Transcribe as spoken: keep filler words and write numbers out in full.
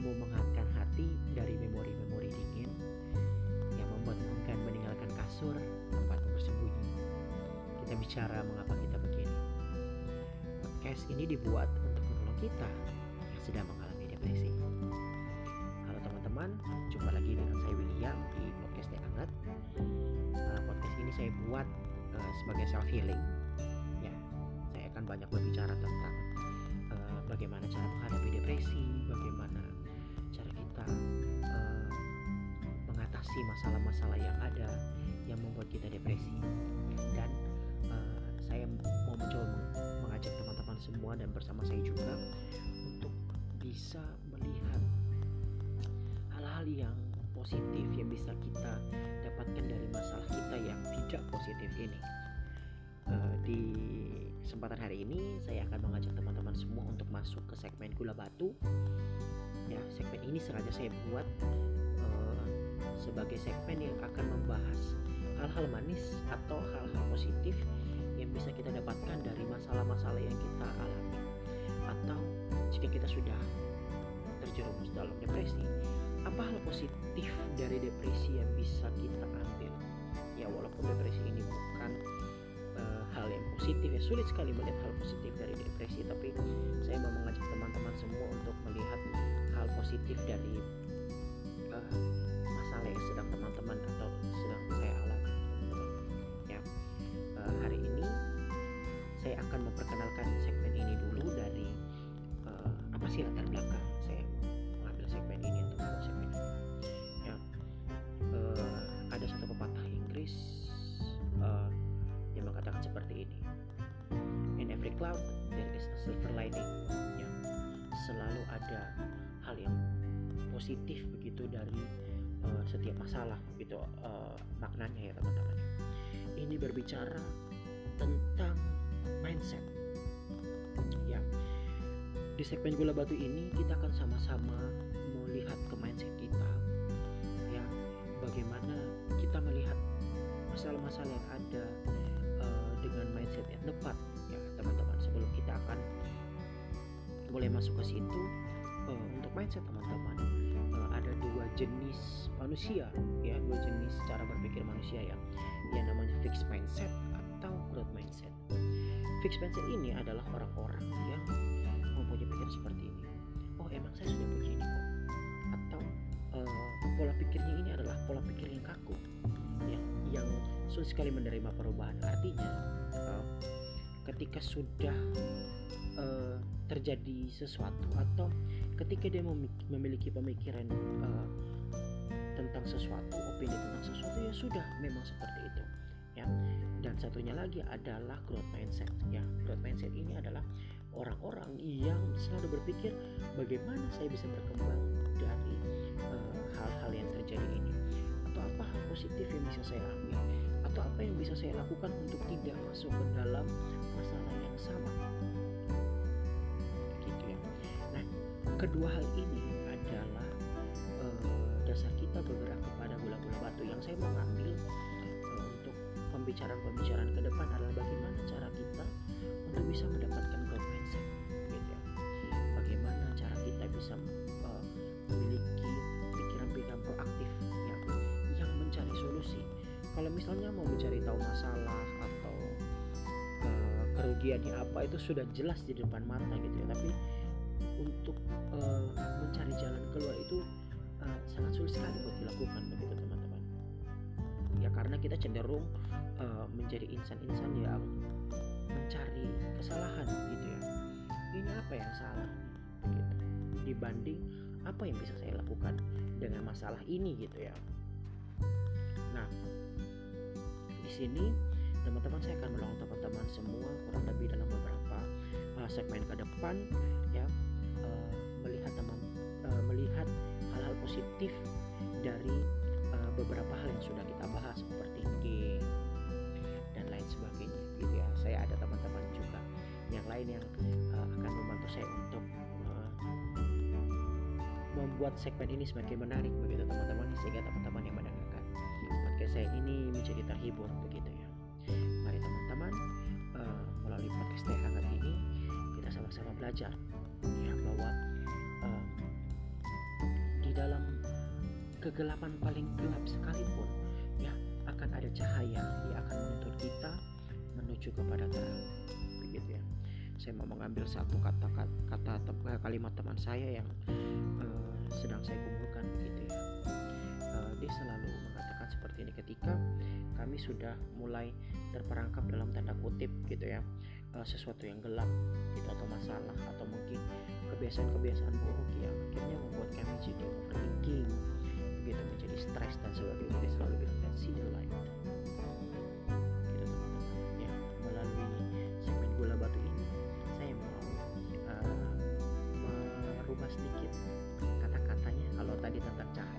ilmu menghangatkan hati dari memori-memori dingin yang membuat enggan meninggalkan kasur tempat bersembunyi. Kita bicara mengapa kita begini. Podcast ini dibuat untuk menolong kita yang sedang mengalami depresi. Halo teman-teman, jumpa lagi dengan saya William di podcast Teh Hangat. Uh, podcast ini saya buat uh, sebagai self healing. Ya, saya akan banyak berbicara tentang uh, bagaimana cara menghadapi depresi, bagaimana cara kita uh, mengatasi masalah-masalah yang ada yang membuat kita depresi. Dan uh, saya mau mencoba mengajak teman-teman semua dan bersama saya juga untuk bisa melihat hal-hal yang positif yang bisa kita dapatkan dari masalah kita yang tidak positif ini. Uh, di kesempatan hari ini saya akan mengajak teman-teman semua untuk masuk ke segmen Gula Batu. Ya, segmen ini sengaja saya buat uh, sebagai segmen yang akan membahas hal-hal manis atau hal-hal positif yang bisa kita dapatkan dari masalah-masalah yang kita alami, atau jika kita sudah terjerumus dalam depresi, apa hal positif dari depresi yang bisa kita ambil. Ya, walaupun depresi ini bukan uh, hal yang positif, ya sulit sekali melihat hal positif dari depresi, tapi saya mau mengajak teman-teman semua untuk melihat hal positif dari uh, masalah yang sedang teman-teman atau sedang saya alami. Ya, uh, hari ini saya akan memperkenalkan segmen ini dulu dari uh, apa sih latar belakang saya mengambil segmen ini untuk membuat segmen ini. Ya, uh, ada satu pepatah Inggris uh, yang mengatakan seperti ini: in every cloud there is a silver lining. Ya, selalu ada hal yang positif begitu dari uh, setiap masalah gitu, uh, maknanya ya teman-teman. Ini berbicara tentang mindset. Ya, di segmen Gula Batu ini kita akan sama-sama melihat ke mindset kita. Ya, bagaimana kita melihat masalah-masalah yang ada uh, dengan mindset yang tepat ya teman-teman. Sebelum kita akan mulai masuk ke situ, uh, untuk mindset teman-teman, uh, ada dua jenis manusia ya, dua jenis cara berpikir manusia ya, yang namanya fixed mindset atau growth mindset. Fixed mindset ini adalah orang-orang yang mempunyai pikiran seperti ini: oh emang saya sudah begini kok, atau uh, pola pikirnya ini adalah pola pikir yang kaku ya, yang sulit sekali menerima perubahan. Artinya uh, ketika sudah uh, terjadi sesuatu atau ketika dia memiliki pemikiran uh, tentang sesuatu, opini tentang sesuatu, ya sudah memang seperti itu ya. Dan satunya lagi adalah growth mindset ya. Growth mindset ini adalah orang-orang yang selalu berpikir bagaimana saya bisa berkembang dari uh, hal-hal yang terjadi ini, atau apa hal positif yang bisa saya ambil, atau apa yang bisa saya lakukan untuk tidak masuk ke dalam masalah yang sama gitu ya. Nah, kedua hal ini adalah uh, dasar kita bergerak kepada gula-gula batu. Yang saya mau ambil uh, untuk pembicaraan-pembicaraan ke depan adalah bagaimana cara kita untuk bisa mendapatkan growth mindset gitu ya. Bagaimana cara kita bisa uh, memiliki pikiran-pikiran proaktif ya, yang mencari solusi. Kalau misalnya mau mencari tahu masalah atau uh, kerugiannya apa, itu sudah jelas di depan mata gitu ya, tapi untuk uh, mencari jalan keluar itu uh, sangat sulit sekali buat dilakukan begitu teman-teman ya, karena kita cenderung uh, menjadi insan-insan yang mencari kesalahan gitu ya. Ini apa yang salah begitu, dibanding apa yang bisa saya lakukan dengan masalah ini gitu ya. Nah, di sini teman-teman saya akan menolong teman-teman semua kurang lebih dalam beberapa uh, segmen ke depan ya, uh, melihat teman uh, melihat hal-hal positif dari uh, beberapa hal yang sudah kita bahas seperti game dan lain sebagainya gitu ya. Saya ada teman-teman juga yang lain yang uh, akan membantu saya untuk uh, membuat segmen ini semakin menarik begitu teman-teman, sehingga teman-teman yang mendengarkan podcast saya ini menjadi terhibur begitu ya. Mari teman-teman, uh, melalui podcast Teh Hangat ini kita sama-sama belajar ya, bahwa uh, dalam kegelapan paling gelap sekalipun, ya akan ada cahaya yang akan menuntun kita menuju kepada terang. Begitu ya. Saya mau mengambil satu kata kata, kata kalimat teman saya yang uh, sedang saya kumpulkan begitu ya. Uh, dia selalu mengatakan seperti ini, ketika kami sudah mulai terperangkap dalam tanda kutip gitu ya, uh, sesuatu yang gelap gitu, atau masalah, atau mungkin kebiasaan-kebiasaan buruk yang akhirnya membuat kami jadi overthinking begitu, menjadi stres dan sebagainya. Dia selalu bilang, let's see the light gitu teman-teman ya. Melalui segmen gula batu ini saya mau uh, merubah sedikit kata-katanya. Kalau tadi tentang cahaya,